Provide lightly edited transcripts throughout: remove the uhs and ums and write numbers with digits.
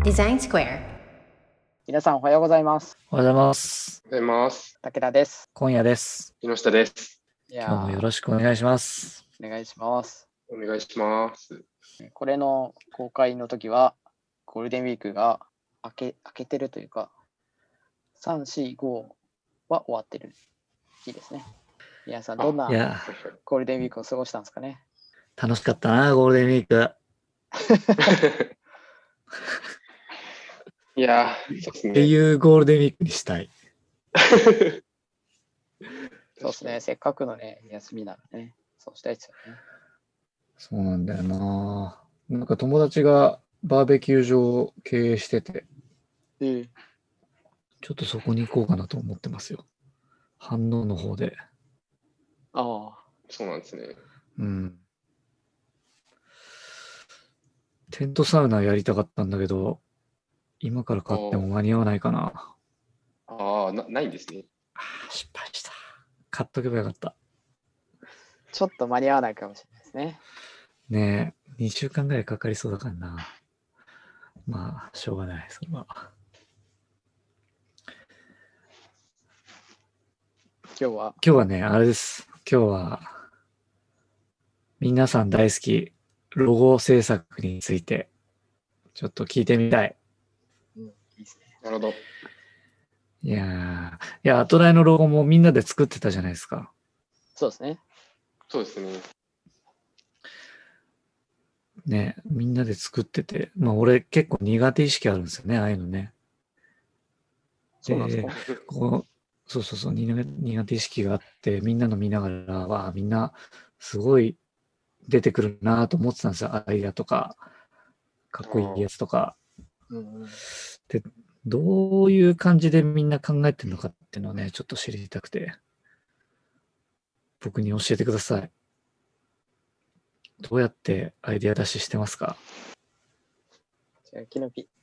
デザインスクエア。 皆さんおはようございます。 おはようございます。 おはようございます。 武田です。 今夜です。 木下です。 今日もよろしくお願いします。 お願いします。 お願いします。 これの公開の時はゴールデンウィークが明けてるというか3、4、5は終わってる日ですね。皆さんどんなゴールデンウィークを過ごしたんですかね。 楽しかったな、ゴールデンウィーク。 いやー、そうですね。 っていうゴールデンウィークにしたい。 そうですね。せっかくのね、休みならね、そうしたいですよね。 そうなんだよな。なんか友達がバーベキュー場を経営してて、ちょっとそこに行こうかなと思ってますよ。飯能の方で。 ああ。 そうなんですね。 うん。テントサウナやりたかったんだけど、今から買っても間に合わないかな。 ないんですね。 失敗した。買っとけばよかった。 ちょっと間に合わないかもしれないですね。 ねえ、2週間ぐらいかかりそうだからな。まあ、しょうがない、それは。今日はね、あれです。今日は、皆さん大好き、ロゴ制作について、ちょっと聞いてみたい。 いいですね。 なるほど。 いや、アトライのロゴもみんなで作ってたじゃないですか。 そうですね。 そうですね。 ね、みんなで作ってて、まあ俺結構苦手意識あるんですよね、ああいうのね。 そうなんですか。 そう、苦手意識があって、みんなの見ながら、みんなすごい出てくるなと思ってたんですよ、アイデアとか、かっこいいやつとか。で、どういう感じでみんな考えてるのかっていうのをね、ちょっと知りたくて、僕に教えてください。どうやってアイデア出ししてますか？ じゃあ、キノピ。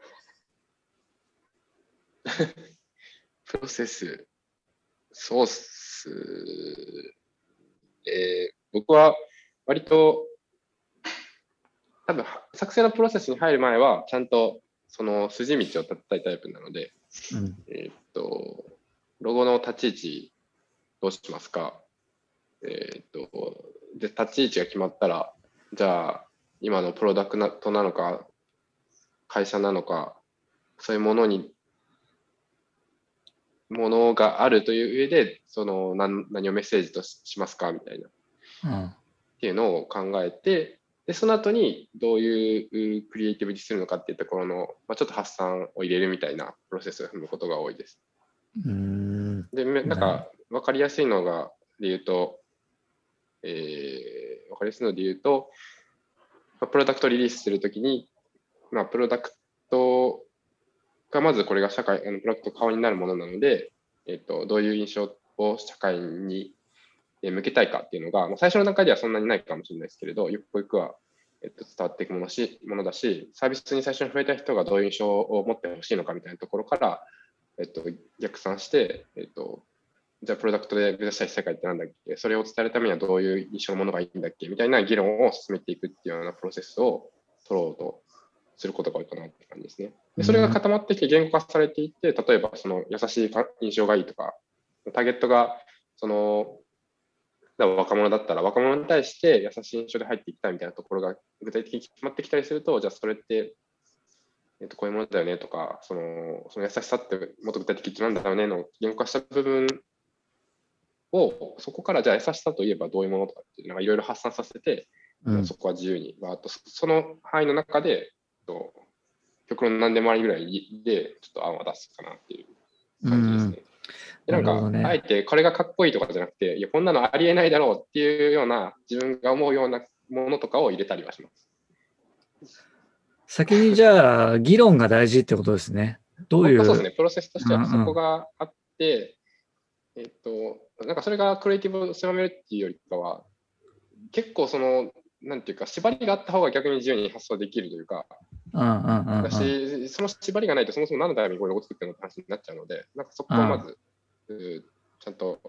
プロセス、そうっす。僕は割と、多分作成のプロセスに入る前は、ちゃんとその筋道を立てたいタイプなので、ロゴの立ち位置どうしますか？で、立ち位置が決まったら、じゃあ、今のプロダクトなのか、会社なのか、そういうものがあるという上で、その何をメッセージとしますかみたいな、っていうのを考えて、で、その後にどういうクリエイティブにするのかっていうところの、ちょっと発散を入れるみたいなプロセスを踏むことが多いです。で、なんか、わかりやすいので言うと、プロダクトリリースするときに、プロダクトがまずこれがプロダクト顔になるものなので、どういう印象を社会に向けたいかっていうのが、最初の段階ではそんなにないかもしれないですけれど、ゆくゆくは伝わっていくものだし、サービスに最初に触れた人がどういう印象を持ってほしいのかみたいなところから、逆算して、じゃあプロダクトで目指したい世界ってなんだっけ、それを伝えるためにはどういう印象のものがいいんだっけみたいな議論を進めていくっていうようなプロセスを取ろうとすることが多いかなって感じですね。でそれが固まってきて言語化されていって、例えばその優しい印象がいいとか、ターゲットがその若者だったら若者に対して優しい印象で入っていきたいみたいなところが具体的に決まってきたりすると、じゃあそれってこういうものだよねとか、その優しさってもっと具体的になんだよねの言語化した部分を、そこからじゃあ優しさといえばどういうものとかっていうのがいろいろ発散させて、そこは自由にその範囲の中で極論何でもありぐらいでちょっと案は出すかなっていう感じですね。でなんか、あえてこれがかっこいいとかじゃなくて、いやこんなのありえないだろうっていうような自分が思うようなものとかを入れたりはします。 先にじゃあ議論が大事ってことですね。どういう。 そうですね。プロセスとしてはそこがあって、なんかそれがクリエイティブを狭めるっていうよりかは、結構なんていうか、縛りがあった方が逆に自由に発想できるというか、だし、その縛りがないとそもそも何のためにこれを作ってるのって話になっちゃうので、なんかそこをまず、ちゃんと、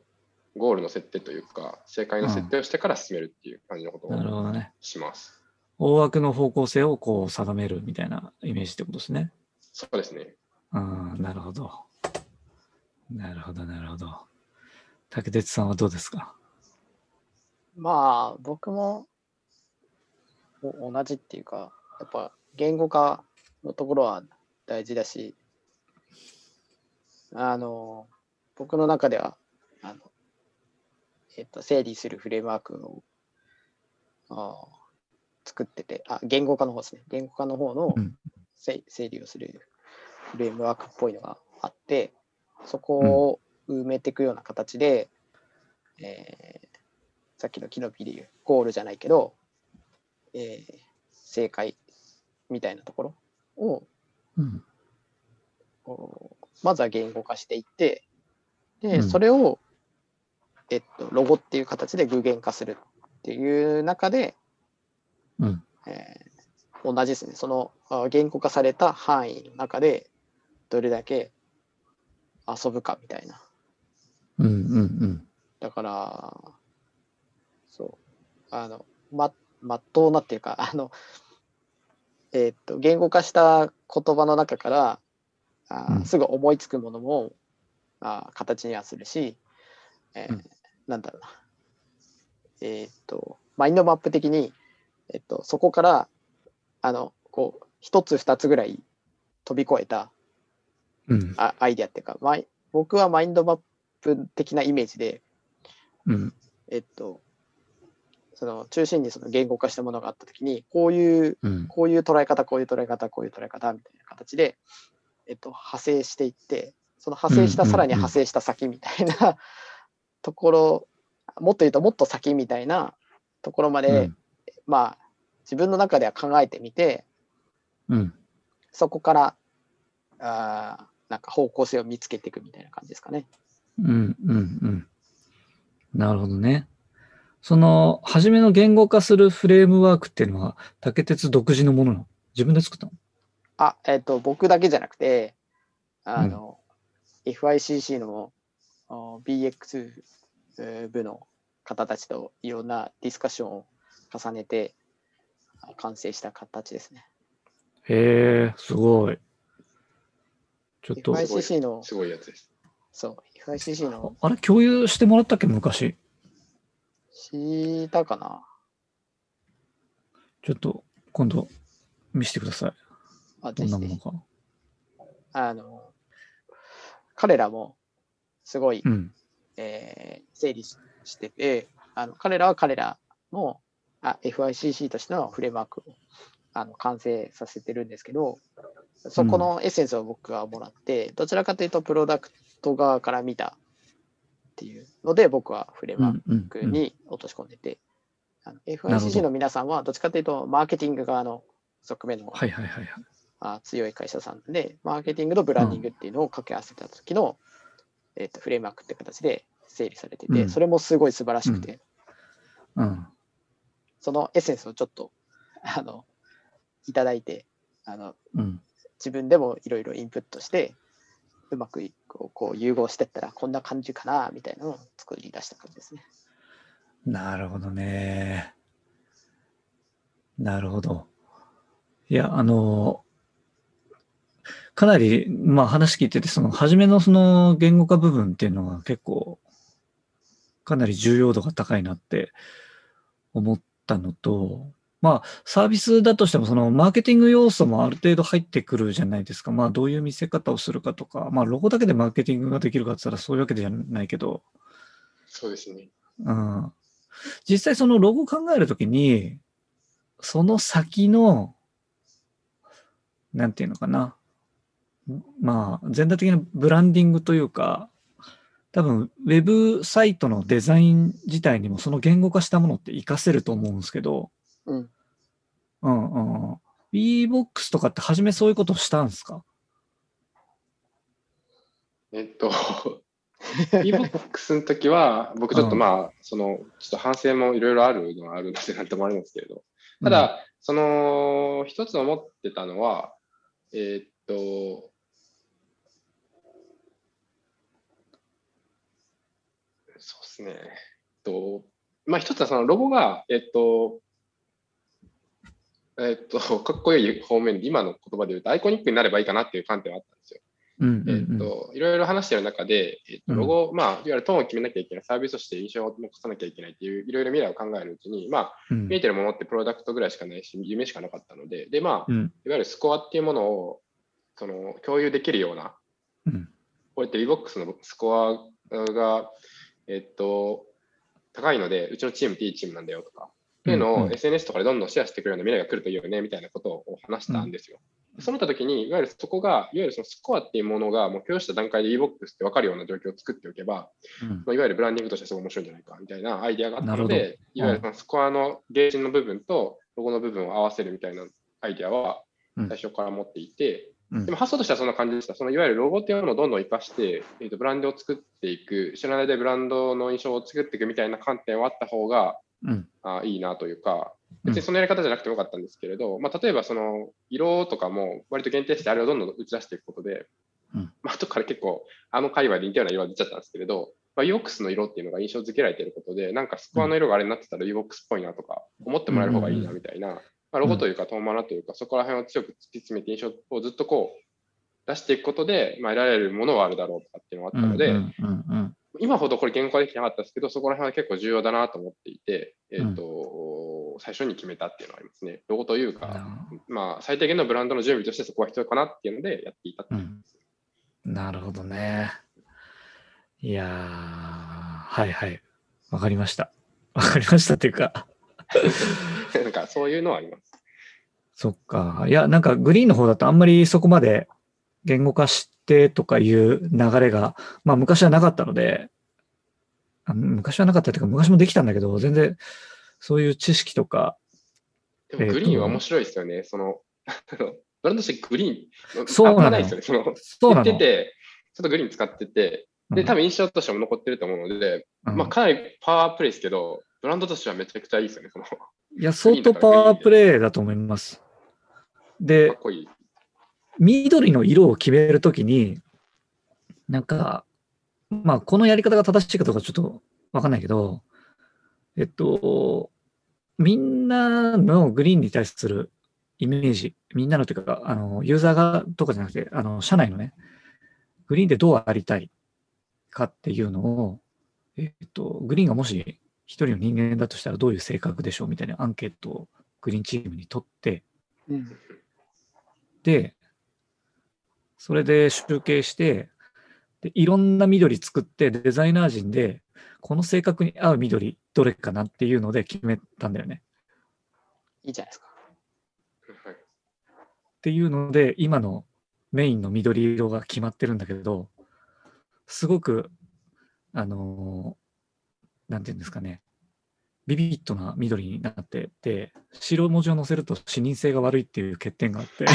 ゴールの設定というか、正解の設定をしてから進めるっていう感じのことをします。 大枠の方向性をこう定めるみたいなイメージってことですね。 そうですね。 なるほど。なるほど、なるほど。竹鉄さんはどうですか？ まあ、僕も同じっていうか、やっぱ言語化のところは大事だし、僕の中では、整理するフレームワークを作ってて、言語化の方ですね。言語化の方の整理をするフレームワークっぽいのがあって、そこを埋めていくような形で、さっきのキノピでいうゴールじゃないけど、正解みたいなところを、まずは言語化していって、で、それを、ロゴっていう形で具現化するっていう中で、同じですね。その言語化された範囲の中で、どれだけ遊ぶかみたいな。だから、そう、まっとうなっていうか、言語化した言葉の中からすぐ思いつくものも形にはするし、なんだろうな。マインドマップ的に、そこからこう一つ二つぐらい飛び越えたアイデアっていうか、僕はマインドマップ的なイメージで、その中心にその言語化したものがあったときに、こういう捉え方、こういう捉え方、こういう捉え方みたいな形で、派生していって、その派生したさらに派生した先みたいなところ、もっと言うともっと先みたいなところまで、まあ自分の中では考えてみて、そこからなんか方向性を見つけていくみたいな感じですかね。 なるほどね。その、初めの言語化するフレームワークっていうのは、竹鉄独自のものなの？自分で作ったの？ 僕だけじゃなくて、FICC のBX 部の方たちといろんなディスカッションを重ねて完成した形ですね。 へえ、すごい。ちょっと。 FICC の、 すごいやつです。 そう、FICC の。 あれ、共有してもらったっけ、昔。 したかな？ ちょっと、今度、見せてください。どんなものか。 彼らも、すごい、整理してて、彼らは彼らのFICC としてのフレームワークを完成させてるんですけど、そこのエッセンスを僕がもらって、どちらかというとプロダクト側から見たっていうので、僕はフレームワークに落とし込んでて、FICC の皆さんはどっちかというとマーケティング側の側面の強い会社さんで、マーケティングとブランディングっていうのを掛け合わせた時の、フレームワークって形で整理されてて、それもすごい素晴らしくて、そのエッセンスをちょっといただいて、自分でもいろいろインプットして、うまくこう融合していったらこんな感じかなみたいなのを作り出した感じですね。 なるほどね。なるほど。いや、かなり、まあ話聞いてて、その初めのその言語化部分っていうのは結構、かなり重要度が高いなって思ったのと、まあサービスだとしてもそのマーケティング要素もある程度入ってくるじゃないですか。まあどういう見せ方をするかとか、まあロゴだけでマーケティングができるかって言ったらそういうわけじゃないけど。 そうですね。 実際そのロゴを考えるときに、その先の、なんていうのかな。まあ全体的なブランディングというか、多分、ウェブサイトのデザイン自体にもその言語化したものって活かせると思うんですけど、WeBox とかって初めそういうことしたんですか ？WeBox の時は、僕ちょっとまあ、ちょっと反省もいろいろあるのはあるのでなんともあるんですけれど、ただ、一つ思ってたのは、そうですね。まあ一つはそのロゴが、 かっこいい方面で、今の言葉で言うと、アイコニックになればいいかなっていう観点はあったんですよ。いろいろ話してる中で、ロゴ、いわゆるトーンを決めなきゃいけない、サービスとして印象を残さなきゃいけないっていう、いろいろ未来を考えるうちに、見えてるものってプロダクトぐらいしかないし、夢しかなかったので、いわゆるスコアっていうものを共有できるような、これって Vbox のスコアが、高いので、うちのチームっていいチームなんだよとか、っていうのを SNS とかでどんどんシェアしてくれるような未来が来るといいよねみたいなことを話したんですよ。そうなった時に、いわゆるそこが、いわゆるそのスコアっていうものがもう共有した段階で Vbox って分かるような状況を作っておけば、いわゆるブランディングとしてすごい面白いんじゃないかみたいなアイデアがあったので、いわゆるそのスコアのゲージの部分とロゴの部分を合わせるみたいなアイデアは最初から持っていて、でも発想としてはそんな感じでした。そのいわゆるロゴっていうものをどんどん活かして、ブランドを作っていく、知らないでブランドの印象を作っていくみたいな観点はあった方が、いいなというか、別にそのやり方じゃなくてもよかったんですけれど、例えばその色とかも割と限定してあれをどんどん打ち出していくことで、後から結構界隈で似たような色が出ちゃったんですけれど、Vbox の色っていうのが印象付けられていることで、なんかスコアの色があれになってたら Vbox っぽいなとか思ってもらえる方がいいなみたいな、ロゴというかトーマナというか、そこら辺を強く突き詰めて印象をずっと出していくことで、得られるものはあるだろうとかっていうのがあったので、今ほどこれ言語化できなかったですけど、そこら辺は結構重要だなと思っていて、最初に決めたっていうのはありますね。ロゴというか、最低限のブランドの準備としてそこは必要かなっていうのでやっていたっていう、 なるほどね。いやー、はいはい。わかりました。わかりましたっていうか。 なんかそういうのはあります。 そっか。いや、なんかグリーンの方だとあんまりそこまで言語化してとかいう流れが、昔はなかったので、昔はなかったっていうか、昔もできたんだけど、全然そういう知識とか。 でもグリーンは面白いですよね。ブランドとしてグリーン、 そうなのよ。 あんまないですよね。言ってて、ちょっとグリーン使ってて、で、多分印象としても残ってると思うので、かなりパワープレイですけど、ブランドとしてはめちゃくちゃいいですよね。 いや、相当パワープレイだと思います。で、 かっこいい。 緑の色を決めるときに、なんか、このやり方が正しいかどうかちょっとわかんないけど、みんなのグリーンに対するイメージ、みんなのというか、ユーザーがとかじゃなくて、社内のね、グリーンでどうありたいかっていうのを、グリーンがもし一人の人間だとしたらどういう性格でしょうみたいなアンケートをグリーンチームに取って、で、それで集計して、でいろんな緑作ってデザイナー陣でこの性格に合う緑どれかなっていうので決めたんだよね。 いいじゃないですか。 っていうので今のメインの緑色が決まってるんだけど、すごくなんていうんですかね、ビビッドな緑になってて、白文字を載せると視認性が悪いっていう欠点があって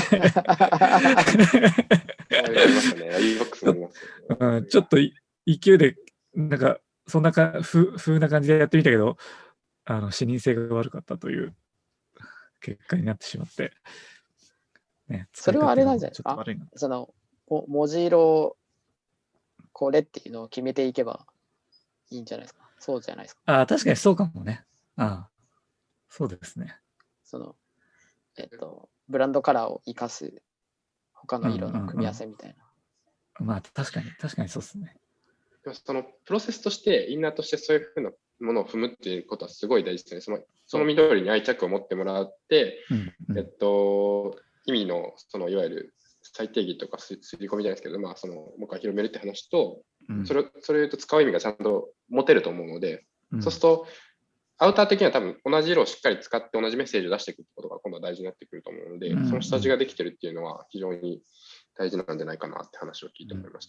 ちょっと勢いでなんかそんな風な感じでやってみたけど、視認性が悪かったという結果になってしまって、ね、 それはあれなんじゃないですか。その文字色これっていうのを決めていけばいいんじゃないですか。そうじゃないですか。 確かにそうかもね。そうですね。 ブランドカラーを生かす他の色の組み合わせみたいな。 確かにそうですね。 そのプロセスとしてインナーとしてそういうふうなものを踏むっていうことはすごい大事ですね。その緑に愛着を持ってもらって、意味のいわゆる最定義とか刷り込みじゃないですけど、もう一回広めるって話と、それを言うと使う意味がちゃんと持てると思うので、そうするとアウター的には多分同じ色をしっかり使って同じメッセージを出していくことが今度は大事になってくると思うので、その下地ができてるっていうのは非常に大事なんじゃないかなって話を聞いて思いました。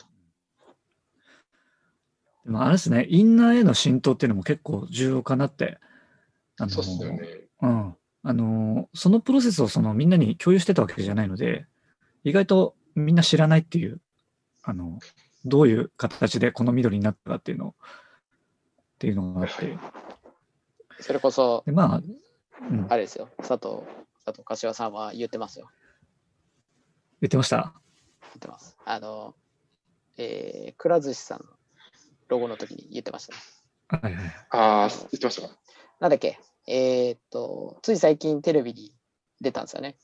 でもあれですね、インナーへの浸透っていうのも結構重要かなって。 そうですよね。 そのプロセスをみんなに共有してたわけじゃないので、意外とみんな知らないっていう、どういう形でこの緑になったかっていうのがあって、 それこそ、あれですよ、佐藤柏さんは言ってますよ。 言ってました？ 言ってます。くら寿司さんのロゴの時に言ってましたね。 言ってましたか。 なんだっけ、つい最近テレビに出たんですよね。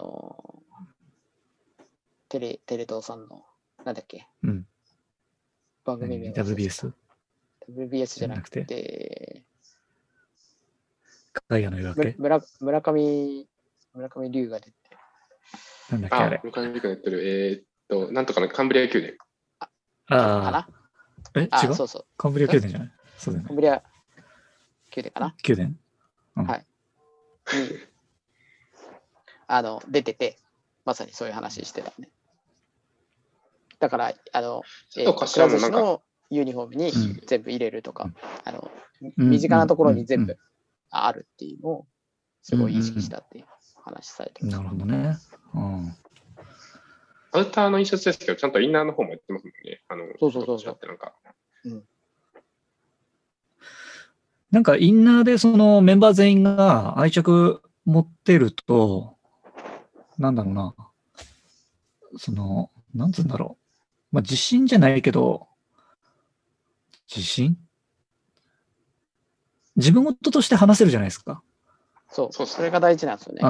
テレ東さんの、なんだっけ、 うん。 番組名忘れてた WBS? WBS じゃなくて、 ガイアの夜明け村上龍が出て、 なんだっけあれ。 向井理香やってる、なんとかのカンブリア宮殿。 かあなあ。違うそうそう。 カンブリア宮殿じゃないそうだよね。 カンブリア宮殿かな宮殿うんはい。に、出てて、まさにそういう話してたね。だから、クラ寿司のユニフォームに全部入れるとか、身近なところに全部あるっていうのを、すごい意識したっていう話されてました。 なるほどね。 アウターの印刷ですけど、ちゃんとインナーの方もやってますもんね。 そうなんかインナーでそのメンバー全員が愛着持ってると、なんだろうな。なんつうんだろう。まあ自信じゃないけど、自信自分事として話せるじゃないですか。 それが大事なんですよね。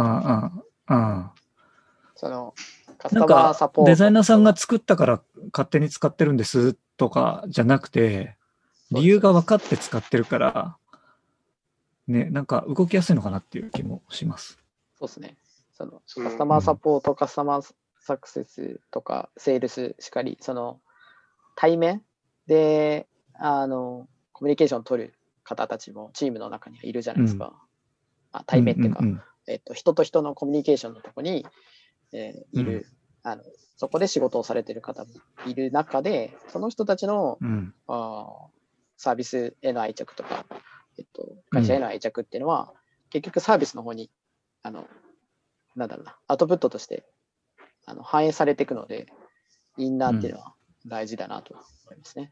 カスタマーサポート。 デザイナーさんが作ったから勝手に使ってるんですとかじゃなくて、理由が分かって使ってるから、ね、なんか動きやすいのかなっていう気もします。 そうですね。カスタマーサポート、カスタマーサクセスとか、セールスしかり、対面で、コミュニケーションを取る方たちもチームの中にはいるじゃないですか。対面っていうか、人と人のコミュニケーションのとこに、いる、そこで仕事をされている方もいる中で、その人たちの、サービスへの愛着とか、会社への愛着っていうのは、結局サービスの方に、なんだろうな、アウトプットとして反映されていくので、インナーっていうのは大事だなと思いますね。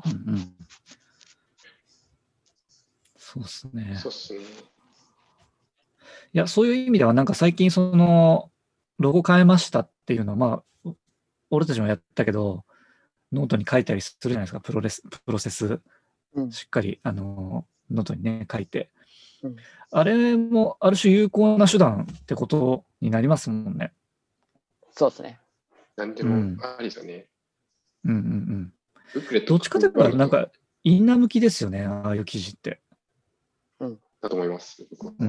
そうですね。 そうですね。 いや、そういう意味では、なんか最近、ロゴ変えましたっていうのは、まあ、俺たちもやったけど、ノートに書いたりするじゃないですか、プロセス、しっかり、ノートにね、書いて。あれも、ある種有効な手段ってことになりますもんね。 そうですね。 なんでもありですよね。 どっちかというと、なんか、インナー向きですよね、ああいう記事って。 だと思います。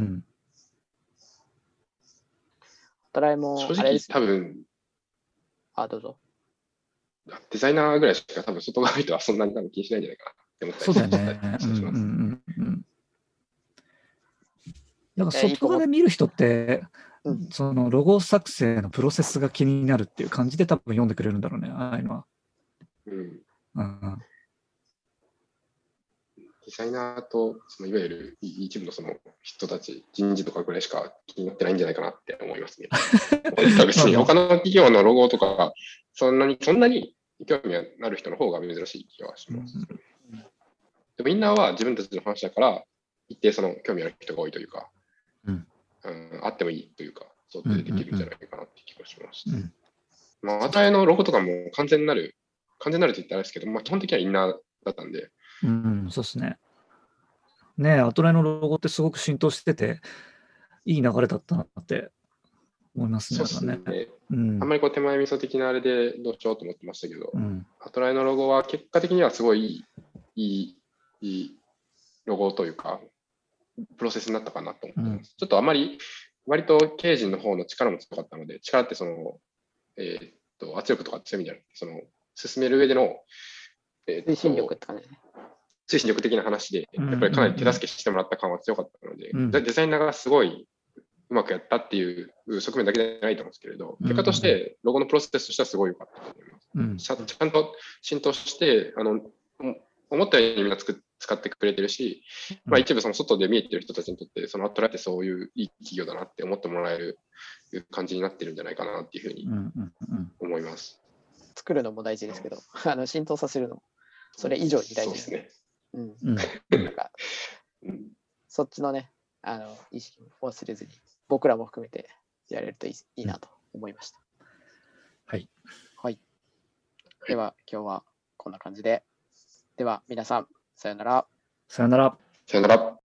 正直、多分、 どうぞ。 デザイナーぐらいしか多分外側の人はそんなに多分気にしないんじゃないかなって思ったりそうだよね。だから外側で見る人って、そのロゴ作成のプロセスが気になるっていう感じで多分読んでくれるんだろうね、ああいうのは。 デザイナーといわゆる一部の人たち、人事とかぐらいしか気になってないんじゃないかなって思いますね。別に他の企業のロゴとか、そんなに興味がある人の方が珍しい気がします。でもみんなは自分たちの話だから、一定興味ある人が多いというか、あってもいいというか、想定できるんじゃないかなって気がしました。与えのロゴとかも完全なるって言ったらあれですけど、基本的にはインナーだったんで。 そうですね。アトライのロゴってすごく浸透してて、いい流れだったなって思いますね。 そうですね。あんまり手前味噌的なあれでどうしようと思ってましたけど、アトライのロゴは結果的にはすごいいいロゴというか、プロセスになったかなと思ってます。ちょっとあまり、割と経営陣の方の力も強かったので、力って圧力とかそういう意味じゃなくて、進める上での、 推進力って感じね。 推進力的な話で、やっぱりかなり手助けしてもらった感は強かったので、デザイナーがすごいうまくやったっていう側面だけじゃないと思うんですけれど、結果としてロゴのプロセスとしてはすごい良かったと思います。ちゃんと浸透して、思ったようにみんな使ってくれてるし、一部外で見えてる人たちにとって、アトライってそういういい企業だなって思ってもらえる感じになってるんじゃないかなっていうふうに思います。 作るのも大事ですけど、浸透させるのもそれ以上に大事ですね。そっちのね、意識を忘れずに、僕らも含めてやれるといいなと思いました。 はい。 では、今日はこんな感じで。では、皆さん、さよなら。 さよなら。 さよなら。